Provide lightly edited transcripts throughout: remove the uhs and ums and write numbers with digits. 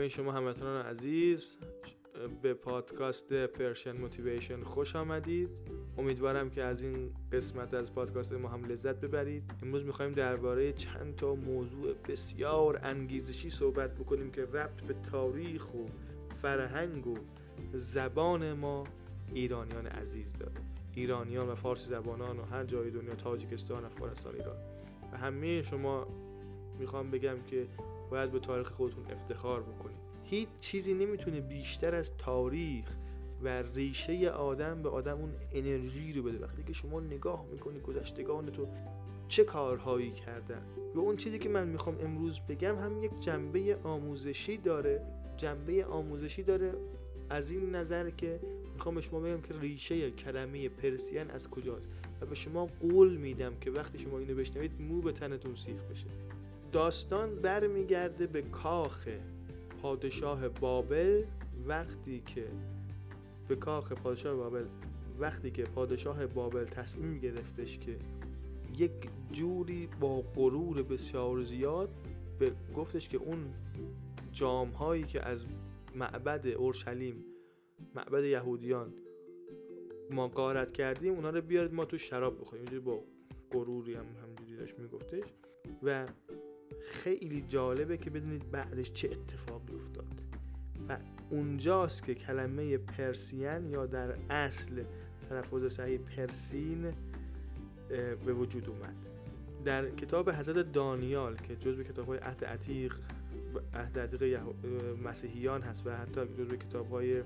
همه شما هموطنان عزیز به پادکست پرشن موتیویشن خوش آمدید. امیدوارم که از این قسمت از پادکست ما هم لذت ببرید. امروز می‌خوایم درباره چند تا موضوع بسیار انگیزشی صحبت بکنیم که ربط به تاریخ و فرهنگ و زبان ما ایرانیان عزیز داره. ایرانیان و فارسی زبانان و هر جای دنیا، تاجیکستان، افغانستان، ایران و همه شما میخوام بگم که باید به تاریخ خودتون افتخار بکنید. هیچ چیزی نمیتونه بیشتر از تاریخ و ریشه آدم به آدم اون انرژی رو بده. وقتی که شما نگاه میکنی گذشتگان تو چه کارهایی کردن، و اون چیزی که من میخوام امروز بگم هم یک جنبه آموزشی داره از این نظر که میخوام به شما بگم که ریشه کلمه پرسین از کجاست و به شما قول میدم که وقتی شما اینو بشنوید مو به تنتون سیخ بشه. داستان برمیگرده به کاخ پادشاه بابل وقتی که پادشاه بابل تصمیم گرفتش که یک جوری با غرور بسیار زیاد گفتش که اون جام‌هایی که از معبد اورشلیم، معبد یهودیان ما غارت کردیم، اونا رو بیارید ما تو شراب بخوریم. اینجوری با غروری همینجوری داشت میگفتش و خیلی جالبه که بدونید بعدش چه اتفاقی افتاد. و اونجاست که کلمه پرسین یا در اصل تلفظ صحیح پرسین به وجود اومد. در کتاب حضرت دانیال که جزو کتاب‌های عهد عتیق مسیحیان هست و حتی جزو کتاب‌های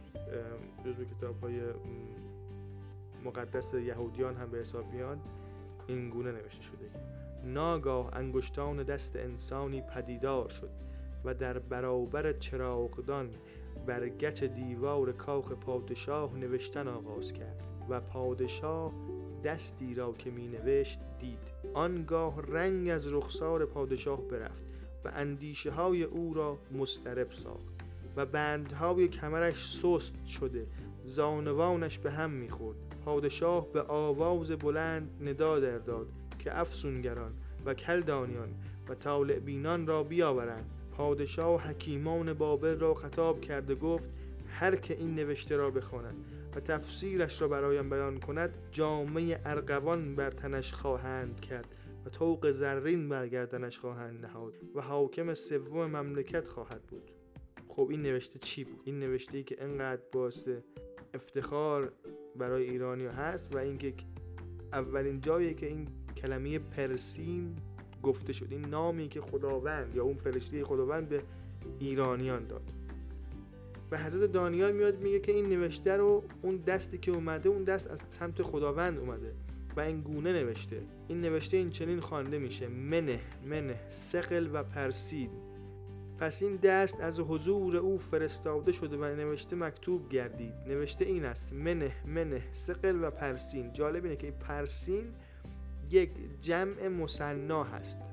مقدس یهودیان هم به حساب میاد، این گونه نوشته شده که ناگاه انگشتان دست انسانی پدیدار شد و در برابر چراغدان بر گچ دیوار کاخ پادشاه نوشتن آغاز کرد و پادشاه دستی را که می نوشت دید. آنگاه رنگ از رخسار پادشاه برفت و اندیشه های او را مضطرب ساخت و بندهای کمرش سست شده، زانوانش به هم می خورد. پادشاه به آواز بلند ندا در داد که افسونگران و کلدانیان و طالع بینان را بیاورند. پادشاه حکیمان بابل را خطاب کرده گفت هر که این نوشته را بخواند و تفسیرش را برایم بیان کند، جامه ارغوان بر تنش خواهند کرد و طوق زرین بر گردنش خواهند نهاد و حاکم سوم مملکت خواهد بود. خب این نوشته چی بود؟ این نوشته‌ای که انقدر باعث افتخار برای ایرانی هست و اینکه اولین جایی که این کلمه پرسین گفته شد، این نامی که خداوند یا اون فرشته خداوند به ایرانیان داد. و حضرت دانیال میاد میگه که این نوشته رو، اون دستی که اومده، اون دست از سمت خداوند اومده و این گونه نوشته. این نوشته این چنین خوانده میشه: منه ثقل و پرسین. پس این دست از حضور او فرستاده شده و نوشته مکتوب گردید. نوشته این است: منه ثقل و پرسین. جالب اینه که این پرسین یک جمع مثنا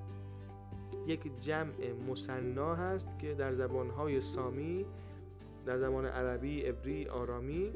هست که در زبانهای سامی، در زبان عربی، عبری، آرامی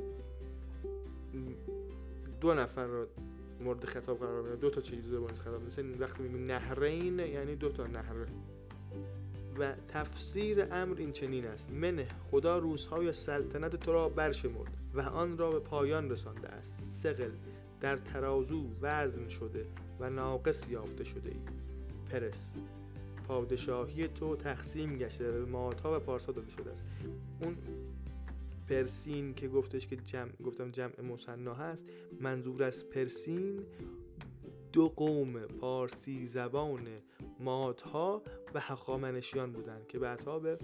دو نفر را مورد خطاب قرار میده. دو تا چیز رو مورد خطاب میده. مثلا وقتی میگیم نهرین یعنی دو تا نهر. و تفسیر امر این چنین است: خدا روزهای سلطنت تو را برشمرد و آن را به پایان رسانده است. ثقل، در ترازو وزن شده و ناقص یافته شده ای. پرس، پادشاهی تو تقسیم گشته و به ماه‌ها و پارس‌ها داده شده است. اون پرسین که گفتش که جمع مثنا هست، منظور از پرسین دو قوم پارسی زبان مادها و هخامنشیان بودند که بعدها به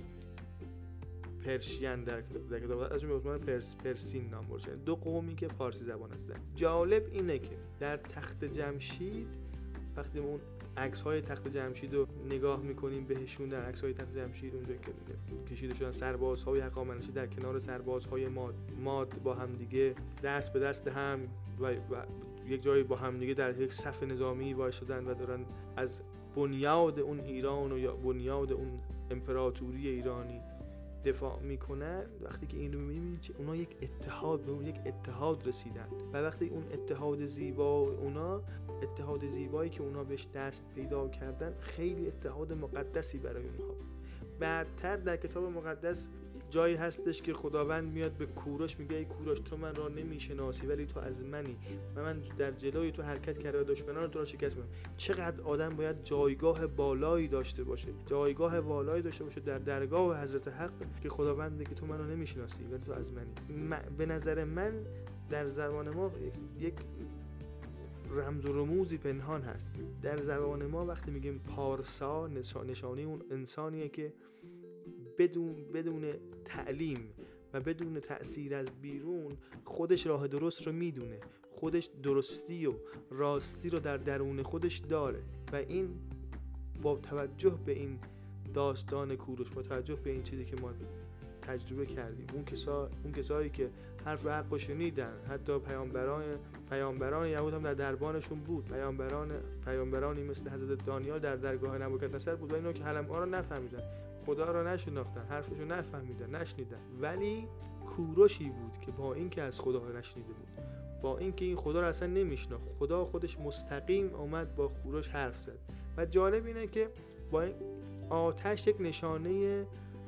پرشین در کتاب ازشون به عنوان پرسین نام برده. دو قومی که پارسی زبان هستن. جالب اینه که در تخت جمشید، وقتی اون عکس‌های تخت جمشید رو نگاه می‌کنیم بهشون، در عکس‌های تخت جمشید اونجا که کشیده شدن سربازهای هخامنشی در کنار سربازهای ماد با هم دیگه دست به دست هم و یک جایی با هم دیگه در یک صف نظامی وایسادن و دارن از بنیاد اون ایران و یا بنیاد اون امپراتوری ایرانی دفاع میکنن. وقتی که اینو میبینید که اونا یک اتحاد رسیدن و وقتی اون اتحاد زیبایی که اونا بهش دست پیدا کردن خیلی اتحاد مقدسی برای اونها. بعدتر در کتاب مقدس جایی هستش که خداوند میاد به کوروش میگه ای کوروش تو من را نمیشناسی ولی تو از منی و من در جلوی تو حرکت کرده و دشمنان تو را شکست میدم. چقدر آدم باید جایگاه بالایی داشته باشه، جایگاه بالایی داشته باشه در درگاه حضرت حق که خداوند میگه تو من را نمیشناسی ولی تو از منی. به نظر من در زبان ما یک رمز و رموزی پنهان هست. در زبان ما وقتی میگیم پارسا، نشانه اون انسانیه که بدون تعلیم و بدون تأثیر از بیرون خودش راه درست رو میدونه، خودش درستی و راستی رو در درون خودش داره و این با توجه به این داستان کوروش، با توجه به این چیزی که ما تجربه کردیم، اون کسایی که حرف حق رو شنیدن، حتی پیامبران یهود هم در دربانشون بود، پیامبرانی مثل حضرت دانیال در درگاه نبوکدنصر بود و اینا که حلم ها رو نفهمیدن، خدا رو نشناختن، حرفشو نفهمیدن، نشنیدن، ولی کوروشی بود که با اینکه از خدا نشنیده بود، با اینکه این خدا رو اصلا نمیشناخت، خدا خودش مستقیم اومد با کوروش حرف زد. و جالب اینه که با این آتش یک نشانه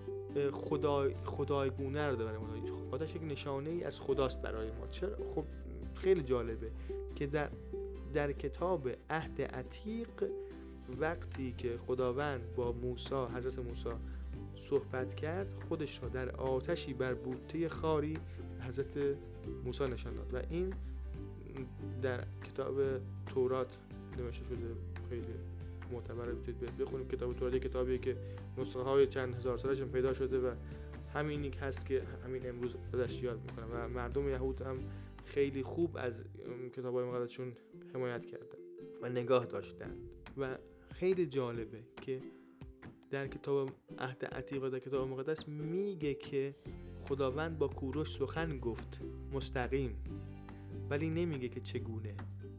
خدایگونه رو داره. آتش یک نشانه ای از خداست برای ما. چرا؟ خب خیلی جالبه که در کتاب عهد عتیق وقتی که خداوند با حضرت موسی صحبت کرد، خودش را در آتشی بر بوته خاری حضرت موسی نشان داد و این در کتاب تورات نوشته شده. خیلی معتبره، میتونید بخونید کتاب تورات. کتابی که نسخه های چند هزار سالش هم پیدا شده و همینی که هست که همین امروز ازش یاد میکنن و مردم یهود هم خیلی خوب از کتاب‌های مقدسشون حمایت کردن و نگاه داشتن. و خیلی جالبه که در کتاب عهد عتیق و در کتاب مقدس میگه که خداوند با کوروش سخن گفت مستقیم، ولی نمیگه که چگونه.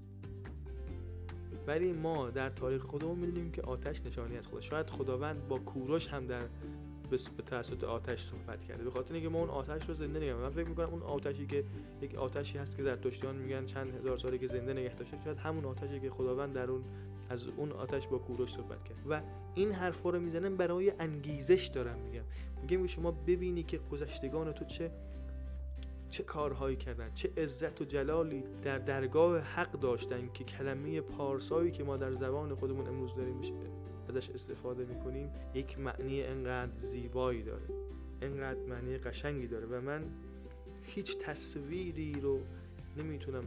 ولی ما در تاریخ خودمون می‌دونیم که آتش نشانی از خدا. شاید خداوند با کوروش هم به توسط آتش صحبت کرده، به خاطر اینکه ما اون آتش رو زنده نگه. من فکر می‌کنم اون آتشی که یک آتشی هست که زرتشتیان میگن چند هزار ساله که زنده نگه داشته، شاید همون آتشی که خداوند از اون آتش با کوروش صحبت کرد. و این حرفا رو میزنم برای انگیزش دارم میگم که شما ببینی که گذشتگان تو چه کارهایی کردن، چه عزت و جلالی در درگاه حق داشتن که کلمه پارسایی که ما در زبان خودمون امروز داریم ازش استفاده میکنیم یک معنی انقدر زیبایی داره، انقدر معنی قشنگی داره و من هیچ تصویری رو نمیتونم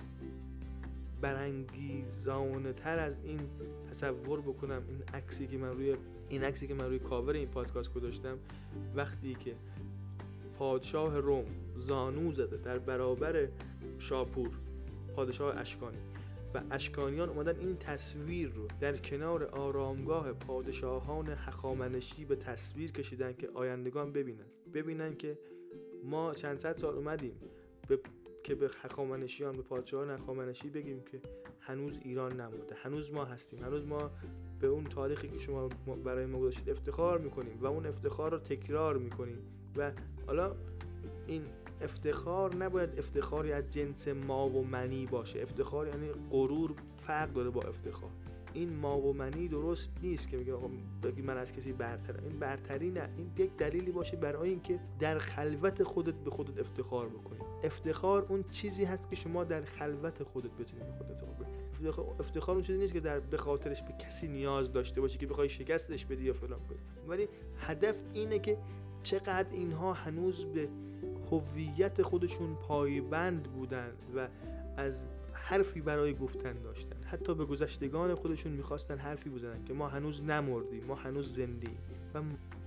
برانگیزانه تر از این تصور بکنم. این عکسی که من روی کاور این پادکست گذاشتم، وقتی که پادشاه روم زانو زده در برابر شاپور پادشاه اشکانی و اشکانیان اومدن این تصویر رو در کنار آرامگاه پادشاهان هخامنشی به تصویر کشیدن که آیندگان ببینن که ما چند صد سال اومدیم که به هخامنشیان، به پادشاهان هخامنشی بگیم که هنوز ایران نمرده، هنوز ما هستیم، هنوز ما به اون تاریخی که شما برای ما گذاشتید افتخار میکنیم و اون افتخار رو تکرار میکنیم. و حالا این افتخار نباید افتخاری از جنس ما و منی باشه. افتخار یعنی غرور، فرق داره با افتخار. این ما و منی درست نیست که بگی من از کسی برترم. این برتری نه، این یک دلیلی باشه برای اینکه در خلوت خودت به خودت افتخار بکنی. افتخار اون چیزی هست که شما در خلوت خودت بتونی به خودت افتخار بکنی. افتخار اون چیزی نیست که به خاطرش به کسی نیاز داشته باشی که بخوای شکستش بدی یا فلان کنی. ولی هدف اینه که چقدر اینها هنوز به هویت خودشون پایبند بودن و از حرفی برای گفتن داشتن. حتی به گذشتگان خودشون میخواستن حرفی بزنن که ما هنوز نمردیم، ما هنوز زنده‌ایم. و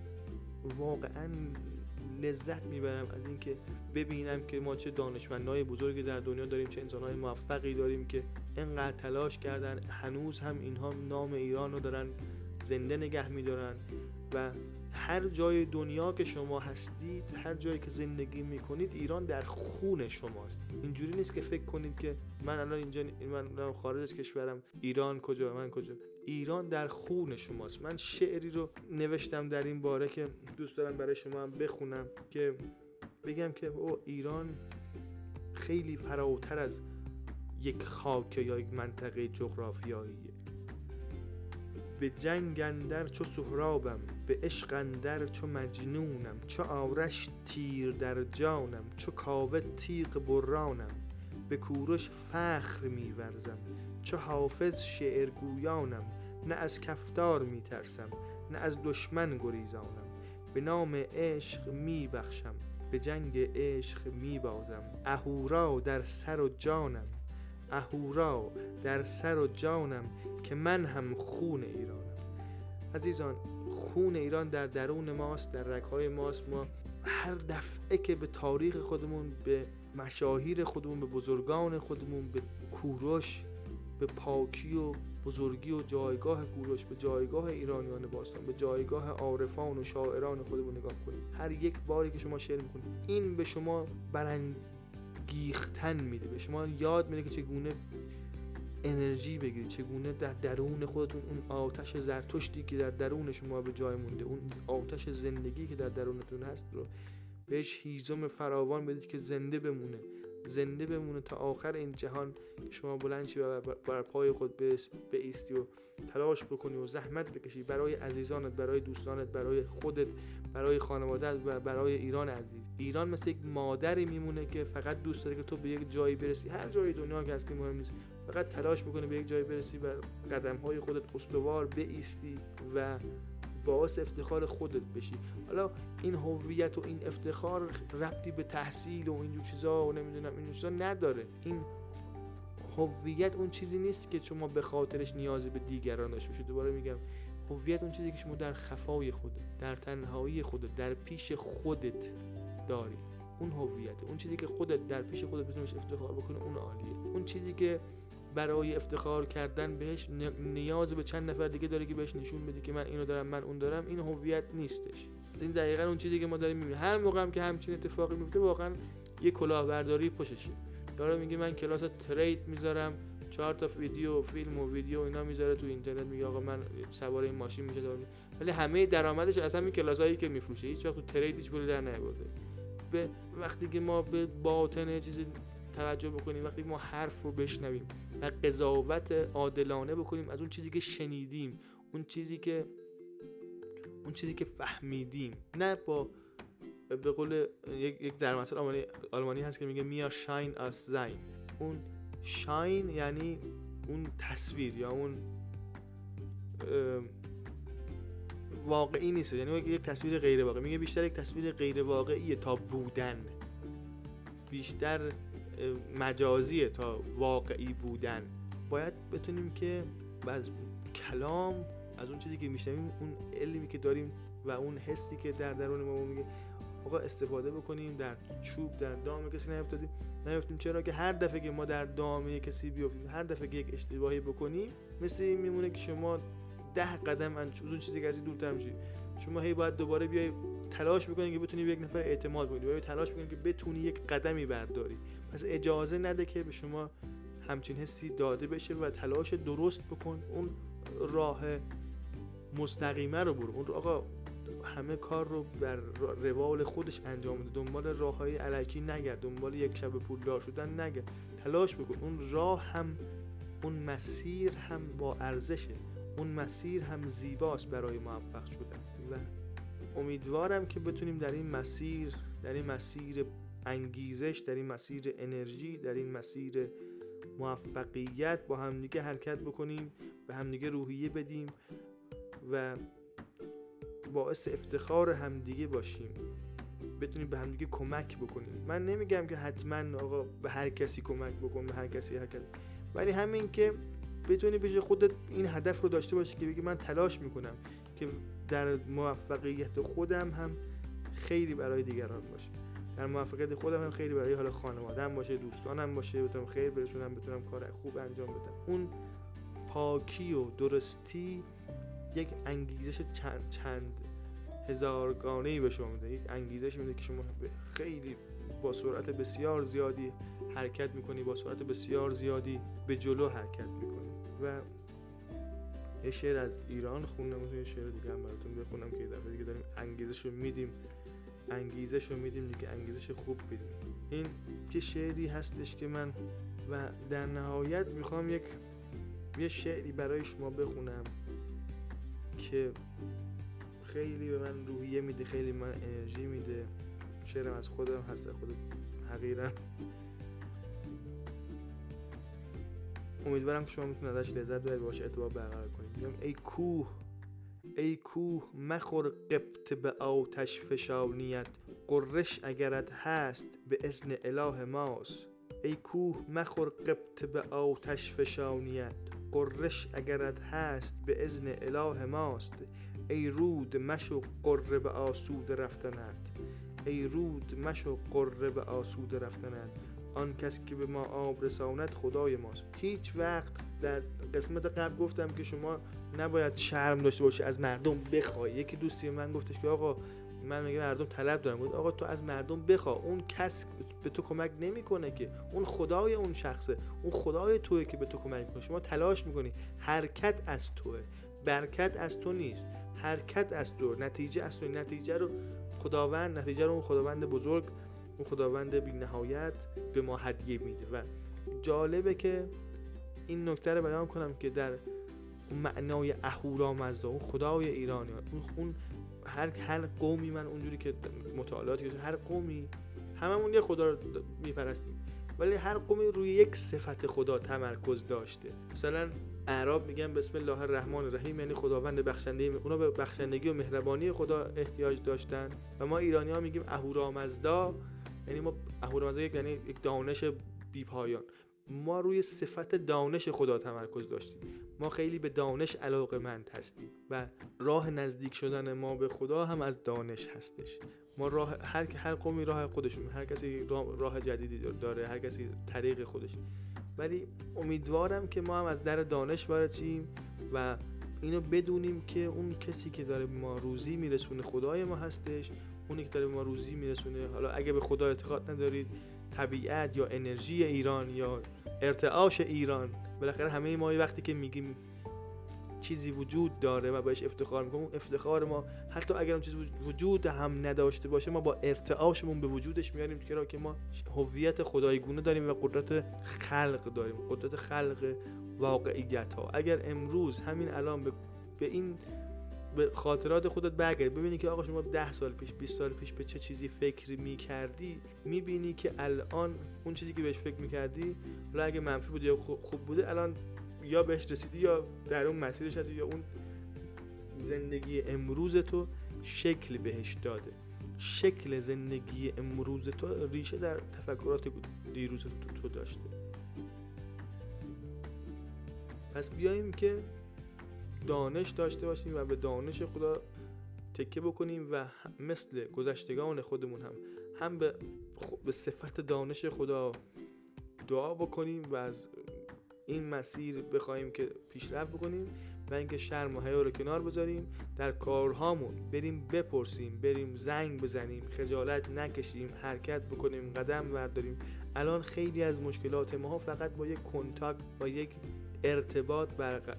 واقعا لذت میبرم از این که ببینم که ما چه دانشمندای بزرگی در دنیا داریم، چه انسانهای موفقی داریم که اینقدر تلاش کردن، هنوز هم اینها نام ایران رو دارن زنده نگه میدارن. و هر جای دنیا که شما هستید، هر جایی که زندگی میکنید، ایران در خون شماست. اینجوری نیست که فکر کنید که من الان اینجا، من خارج از کشورم، ایران کجا، من کجا. ایران در خون شماست. من شعری رو نوشتم در این باره که دوست دارم برای شما هم بخونم که بگم که ایران خیلی فراتر از یک خاک یا یک منطقه جغرافیاییه. به جنگ اندر چو سهرابم به عشق اندر چو مجنونم، چو آرش تیر در جانم، چو کاوه تیغ برانم، به کوروش فخر می‌ورزم، چو حافظ شعر گویانم، نه از کفتار می‌ترسم، نه از دشمن گریزانم، به نام عشق می‌بخشم، به جنگ عشق می‌بازم، اهورا در سر و جانم، اهورا در سر و جانم، که من هم خون ایرانم. عزیزان، خون ایران در درون ماست، در رگ‌های ماست. ما هر دفعه که به تاریخ خودمون، به مشاهیر خودمون، به بزرگان خودمون، به کوروش، به پاکی و بزرگی و جایگاه کوروش، به جایگاه ایرانیان باستان، به جایگاه عارفان و شاعران خودمون نگاه کنید، هر یک باری که شما شعر میکنید، این به شما برانگیختن میده، به شما یاد میده که چگونه انرژی بگیرید، چگونه در درون خودتون اون آتش زرتشتی که در درون شما به جای مونده، اون آتش زندگی که در درونتون هست رو بهش هیزم فراوان بدید که زنده بمونه تا آخر این جهان، که شما بلند شی و بر پای خود بایستی و تلاش بکنی و زحمت بکشی برای عزیزانت، برای دوستانت، برای خودت، برای خانواده‌ات و برای ایران عزیز. ایران مثل یک مادری میمونه که فقط دوست داره که تو به یک جایی برسی، هر جای دنیا که هستی مهم نیست، فقط تلاش بکنی به یک جایی برسی، بر قدم‌های خودت استوار بایستی و باعث افتخار خودت بشی. حالا این هویت و این افتخار ربطی به تحصیل و اینجور چیزا و نمیدونم این چیزا نداره. این هویت اون چیزی نیست که شما به خاطرش نیازی به دیگران داشته باشید. دوباره میگم، هویت اون چیزی که شما در خفای خودت، در تنهایی خودت، در پیش خودت داری. اون هویت، اون چیزی که خودت در پیش خودت بتونیش افتخار بکنی، اون عالیه. اون چیزی که برای افتخار کردن بهش نیاز به چند نفر دیگه داره که بهش نشون بده که من اینو دارم، من اون دارم، این هویت نیستش. این دقیقاً اون چیزی که ما داریم میبینیم. هر موقع هم که همچین اتفاقی میفته واقعاً یه کلاهبرداری پشتشه. داره میگه من کلاس ترید میذارم، 4 تا ویدیو، فیلم و ویدیو اینا میذاره تو اینترنت، میگه آقا من سوار این ماشین میشه، ولی همه درآمدش اصلا این کلاسایی که میفروشه، هیچ وقت تو ترید هیچ پولی در نیاورده. به وقتی که ما به باطن چیزی توجه بکنیم، وقتی ما حرف رو بشنویم و قضاوت عادلانه بکنیم از اون چیزی که شنیدیم، اون چیزی که فهمیدیم، نه با به قول یک درمثل آلمانی هست که میگه میا شاین آس زاین. اون شاین یعنی اون تصویر یا اون واقعی نیست، یعنی یک تصویر غیر واقعی. میگه بیشتر یک تصویر غیر واقعیه تا بودن، بیشتر مجازیه تا واقعی بودن. باید بتونیم که از کلام، از اون چیزی که میشنویم، اون علمی که داریم و اون حسی که در درون ما میگه آقا استفاده بکنیم، در چوب در دام کسی نیفتیم. چرا که هر دفعه که ما در دام کسی بیافتیم، هر دفعه که یک اشتباهی بکنیم، مثل این میمونه که شما 10 قدم از اون چیزی که از دورتر میشی. شما هی باید دوباره بیای تلاش بکنی که بتونی به یک نفر اعتماد کنی، باید تلاش بکنی که بتونی یک قدمی برداری. پس اجازه نده که به شما همچین حسی داده بشه و تلاش درست بکن، اون راه مستقیمه رو برو. اون آقا همه کار رو بر روال خودش انجام بده، دنبال راههای الکی نگرد، دنبال یک شب پولدار شدن نگرد، تلاش بکن. اون راه هم، اون مسیر هم با ارزشه، اون مسیر هم زیباست برای موفق شدن و امیدوارم که بتونیم در این مسیر انگیزش، در این مسیر انرژی، در این مسیر موفقیت با همدیگه حرکت بکنیم، به همدیگه روحیه بدیم و باعث افتخار همدیگه باشیم، بتونیم به همدیگه کمک بکنیم. من نمیگم که حتما آقا به هر کسی کمک بکن، به هر کسی حرکت، ولی همین که بتونی پیش خودت این هدف رو داشته باشی که بگی من تلاش میکنم که در موفقیت خودم هم خیلی برای دیگران باشه، در موفقیت خودم هم خیلی برای حال خانواده‌ام باشه، دوستانم باشه، بتونم خیر برسونم، بتونم کار خوب انجام بدم. اون پاکی و درستی یک انگیزش چند هزارگانه‌ای به شما میده، یک انگیزش میده که شما خیلی با سرعت بسیار زیادی حرکت میکنی، با سرعت بسیار زیادی به جلو حرکت میکنی. و یه شعر از ایران خوندم، یه شعر دیگه هم براتون بخونم که یه دفعه دیگه داریم انگیزش رو میدیم دیگه، انگیزش خوب بدیم. این یه شعری هستش که من و در نهایت میخوام یه شعری برای شما بخونم که خیلی به من روحیه میده، خیلی من انرژی میده. شعرم از خودم هست، خود حقیرم. امیدوارم که شما میتونید ازش لذت ببرید، باشه ارتباط برقرار کنید. میگم ای کوه مخور قبط به آتش فشانیت، قرش اگرت هست به اذن اله ماست. ای کوه مخور قبط به آتش فشانیت، قرش اگرت هست به اذن اله ماست. ای رود مشو قره به آسود رفتنت، ای رود مشو قره به آسود رفتنت. آن کس که به ما آب رساند خدای ماست. هیچ وقت در قسمت قبل گفتم که شما نباید شرم داشته باشی از مردم بخوای. یکی دوستی من گفتش که آقا من میگم مردم طلب دارم. گفت آقا تو از مردم بخوا، اون کس به تو کمک نمیکنه که، اون خدای اون شخصه، اون خدای توئه که به تو کمک میکنه. شما تلاش میکنی، حرکت از توئه، برکت از تو نیست، حرکت از تو، نتیجه از تو. نتیجه رو اون خداوند بزرگ، اون خداوند بی نهایت به ما هدیه میده. و جالبه که این نکته رو بیان کنم که در معنای اهورامزدا، اون خدای ایرانی، اون هر قومی، من اونجوری که مطالعاتی که هر قومی هممون یه خدا رو میپرستیم، ولی هر قومی روی یک صفت خدا تمرکز داشته. مثلا اعراب میگن بسم الله الرحمن الرحیم، یعنی خداوند بخشنده. اونا به بخشندگی و مهربانی خدا احتیاج داشتن و ما ایرانی‌ها میگیم اهورامزدا، یعنی ما اهورامزدا یعنی یک دانش بی پایان. ما روی صفت دانش خدا تمرکز داشتیم. ما خیلی به دانش علاقه‌مند هستیم و راه نزدیک شدن ما به خدا هم از دانش هستش. ما هر قومی راه خودشون، هر کسی راه جدیدی داره، هر کسی طریق خودش. ولی امیدوارم که ما هم از در دانش وارد شیم و اینو بدونیم که اون کسی که داره ما روزی میرسونه خدای ما هستش. اونی که داره ما روزی میرسونه، حالا اگه به خدا اعتقاد ندارید، طبیعت یا انرژی ایران یا ارتعاش ایران، بالاخره همه ما وقتی که میگیم چیزی وجود داره و بهش افتخار میکنیم، اون افتخار ما حتی اگر اون چیز وجود هم نداشته باشه، ما با ارتعاشمون به وجودش میاریم که ما هویت خدایگونه داریم و قدرت خلق داریم، قدرت خلق واقعیت ها. اگر امروز همین الان به خاطرات خودت برگردی، ببینی که آقا شما 10 سال پیش 20 سال پیش به چه چیزی فکر می‌کردی، می‌بینی که الان اون چیزی که بهش فکر می‌کردی، حالا اگه منفی بود یا خوب بوده، الان یا بهش رسیدی یا در اون مسیرش هستی، یا اون زندگی امروز تو شکل بهش داده. شکل زندگی امروز تو ریشه در تفکرات دیروز تو داشته. پس بیاییم که دانش داشته باشیم و به دانش خدا تکیه بکنیم و مثل گذشتگان خودمون هم به صفت دانش خدا دعا بکنیم و از این مسیر بخوایم که پیشرفت بکنیم و اینکه شرم و حیا رو کنار بذاریم، در کارهامون بریم بپرسیم، بریم زنگ بزنیم، خجالت نکشیم، حرکت بکنیم، قدم برداریم. الان خیلی از مشکلات ما فقط با یک کنتاکت، با یک ارتباط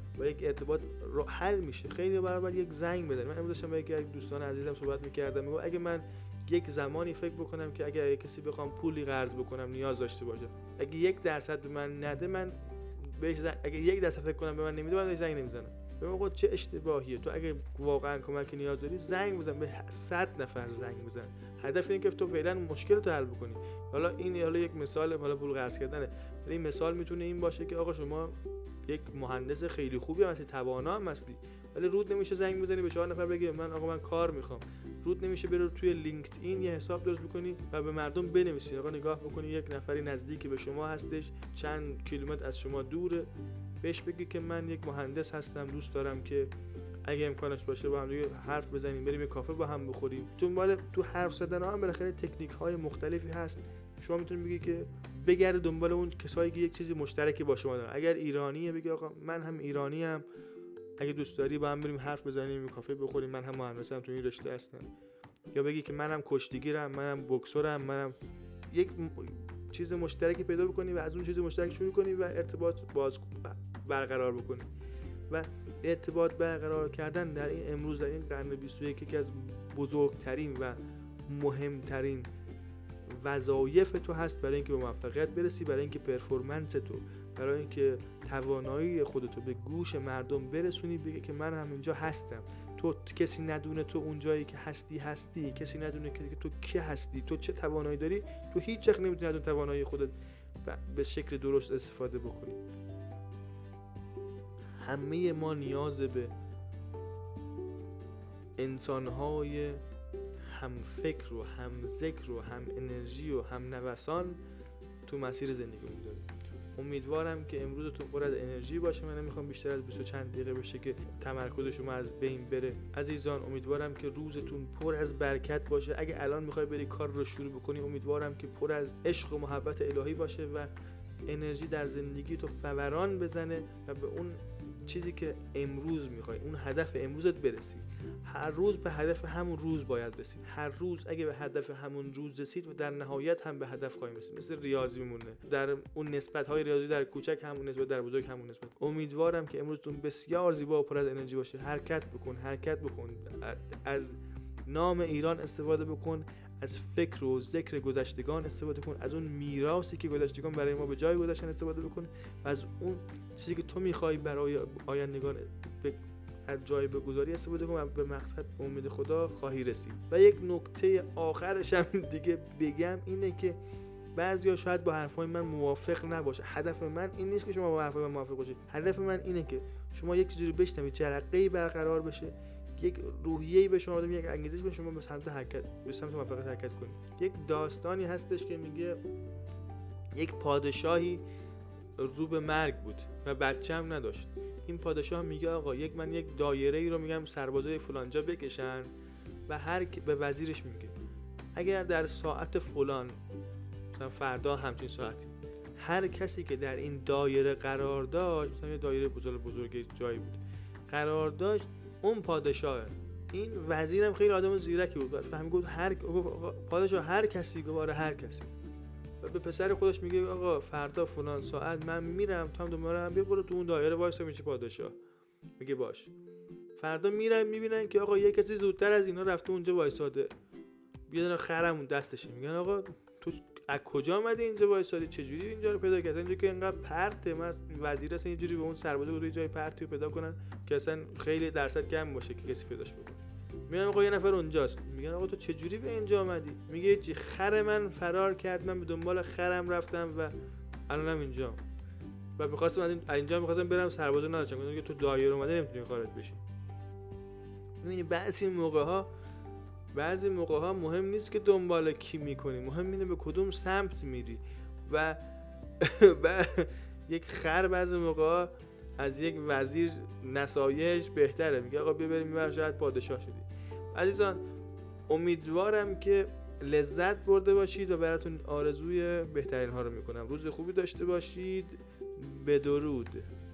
حل میشه. خیلی برابر یک زنگ بزنیم. من امروز داشتم با یکی از دوستان عزیزم صحبت می‌کردم، میگم اگه من یک زمانی فکر بکنم که اگه کسی بخوام پولی قرض بکنم نیاز داشته باشه، اگه 1% به من نده، من بهش اگه 1% فکر کنم به من نمیده، من زنگ نمیزنم. ببین چه اشتباهیه. تو اگه واقعا کمک نیاز داری، زنگ بزن، به 100 نفر زنگ بزن. هدف اینه که تو فعلا مشکلتو حل بکنی. حالا یک مثال، حالا پول قرض کردنه، ولی این مثال میتونه این باشه که آقا شما یک مهندس خیلی خوبی هستی، توانا هم هستی، ولی رود نمیشه زنگ بزنی به 4 نفر بگی من کار میخوام. رود نمیشه بری توی لینکدین یه حساب درست بکنی و به مردم بنویسی. آقا نگاه بکنی یک نفری نزدیک به شما هستش، چند کیلومتر از شما دوره، بهش بگی که من یک مهندس هستم، دوست دارم که اگه امکانش باشه با هم دیگه حرف بزنیم، بریم یه کافه با هم بخوریم. چون تو حرف زدن هم بالاخره تکنیک های مختلفی هست. شما میتونید بگی که بگرد دنبال اون کسایی که یک چیزی مشترکی با شما دارن. اگر ایرانیه بگی آقا من هم ایرانی ام، اگه دوست داری با هم بریم حرف بزنیم، کافه بخوریم، من هم مهندسم، تو این رشته هستم. یا بگی که منم کشتیگیرم، منم بوکسورم، منم یک چیز مشترکی پیدا بکنی و از اون چیز مشترک شروع کنی و ارتباط برقرار بکنی. و ارتباط برقرار کردن در این امروز در این قرن 21 یکی از بزرگترین و مهمترین وظایف تو هست برای اینکه به موفقیت برسی، برای اینکه پرفورمنس تو، برای اینکه توانایی خودتو به گوش مردم برسونی، بگی که من هم اینجا هستم. تو کسی ندونه تو اون جایی که هستی، کسی ندونه که تو کی هستی، تو چه توانایی داری، تو هیچ وقت نمیتونی از اون توانایی خودت به شکل درست استفاده بکنی. همه ما نیاز به انسان‌های هم فکر و هم ذکر و هم انرژی و هم نوسان تو مسیر زندگی داریم. امیدوارم که امروزتون پر از انرژی باشه. من نمیخوام بیشتر از 20 چند دقیقه بشه که تمرکز شما از بین بره. عزیزان امیدوارم که روزتون پر از برکت باشه. اگه الان میخوای بری کار رو شروع بکنی، امیدوارم که پر از عشق و محبت الهی باشه و انرژی در زندگی تو فوران بزنه و به اون چیزی که امروز میخوای، اون هدف امروزت برسی. هر روز به هدف همون روز باید رسید. هر روز اگه به هدف همون روز رسید و در نهایت هم به هدف خواهیم رسید. مثل ریاضی میمونه، در اون نسبت‌های ریاضی در کوچک همون نسبت، در بزرگ همون نسبت. امیدوارم که امروزتون بسیار زیبا و پر از انرژی باشه. حرکت بکن، از نام ایران استفاده بکن، از فکر و ذکر گذشتگان استفاده کن، از اون میراثی که گذشتگان برای ما به جای گذاشتن استفاده بکن و از اون چیزی که تو می‌خوای برای آیندگان از جای بگذاری استفاده کن و به مقصد به امید خدا خواهی رسید. و یک نکته آخرش هم دیگه بگم اینه که بعضیا شاید با حرفای من موافق نباشه. هدف من این نیست که شما با حرفای من موافق باشید. هدف من اینه که شما یک چیزی رو بشنوید، جرقه‌ای برقرار بشه، یک روحیه‌ای به شما بده، یک انگیزش به شما به سمت موفقیت حرکت کنید. یک داستانی هستش که میگه یک پادشاهی رو به مرگ بود و بچه هم نداشت. این پادشاه میگه آقا من یک دایره‌ای رو میگم سربازای فلانجا بکشن و به وزیرش میگه اگر در ساعت فلان، مثلا فردا همچین ساعتی، هر کسی که در این دایره قرار داشت، مثلا یه دایره بزرگ جایی بود قرار داشت، اون پادشاه. این وزیرم خیلی آدم زیرکی بود، فهمید گفت پادشاه هر کسی، گواره هر کسی. و به پسر خودش میگه آقا فردا فلان ساعت من میرم، تو هم دوباره هم برو تو اون دایره وایسا میشه پادشاه. میگه باش. فردا میرن میبینن که آقا یه کسی زودتر از اینا رفته اونجا وایساده، یه دونه خرمون دستشه. میگن آقا تو از کجا اومدی اینجا وایسادی، چه جوری اینجا رو پیدا کردی؟ اینجا که اینقدر پرته، من وزیر اصلا یه جوری به اون سربازا روی جای پرتی رو پیدا کنن که اصلا خیلی درصد کم باشه که کسی پیداش بکنه. میگن آقا یه نفر اونجاست. میگن آقا تو چه جوری به اینجا اومدی؟ میگه چی، خر من فرار کرد، من به دنبال خرم رفتم و الانم اینجا و می‌خواستم برم سربازا نداشتم. میگن تو دایره اومده نمیتونی خارج بشی. میبینی بعضی موقع ها مهم نیست که دنبال کی میکنی، مهم اینه به کدوم سمت میری. و یک خر بعضی موقع ها از یک وزیر نصایح بهتره. میگه آقا بریم میبرم شاید پادشاه شدی. عزیزان امیدوارم که لذت برده باشید و براتون آرزوی بهترین ها رو میکنم. روز خوبی داشته باشید. بدرود.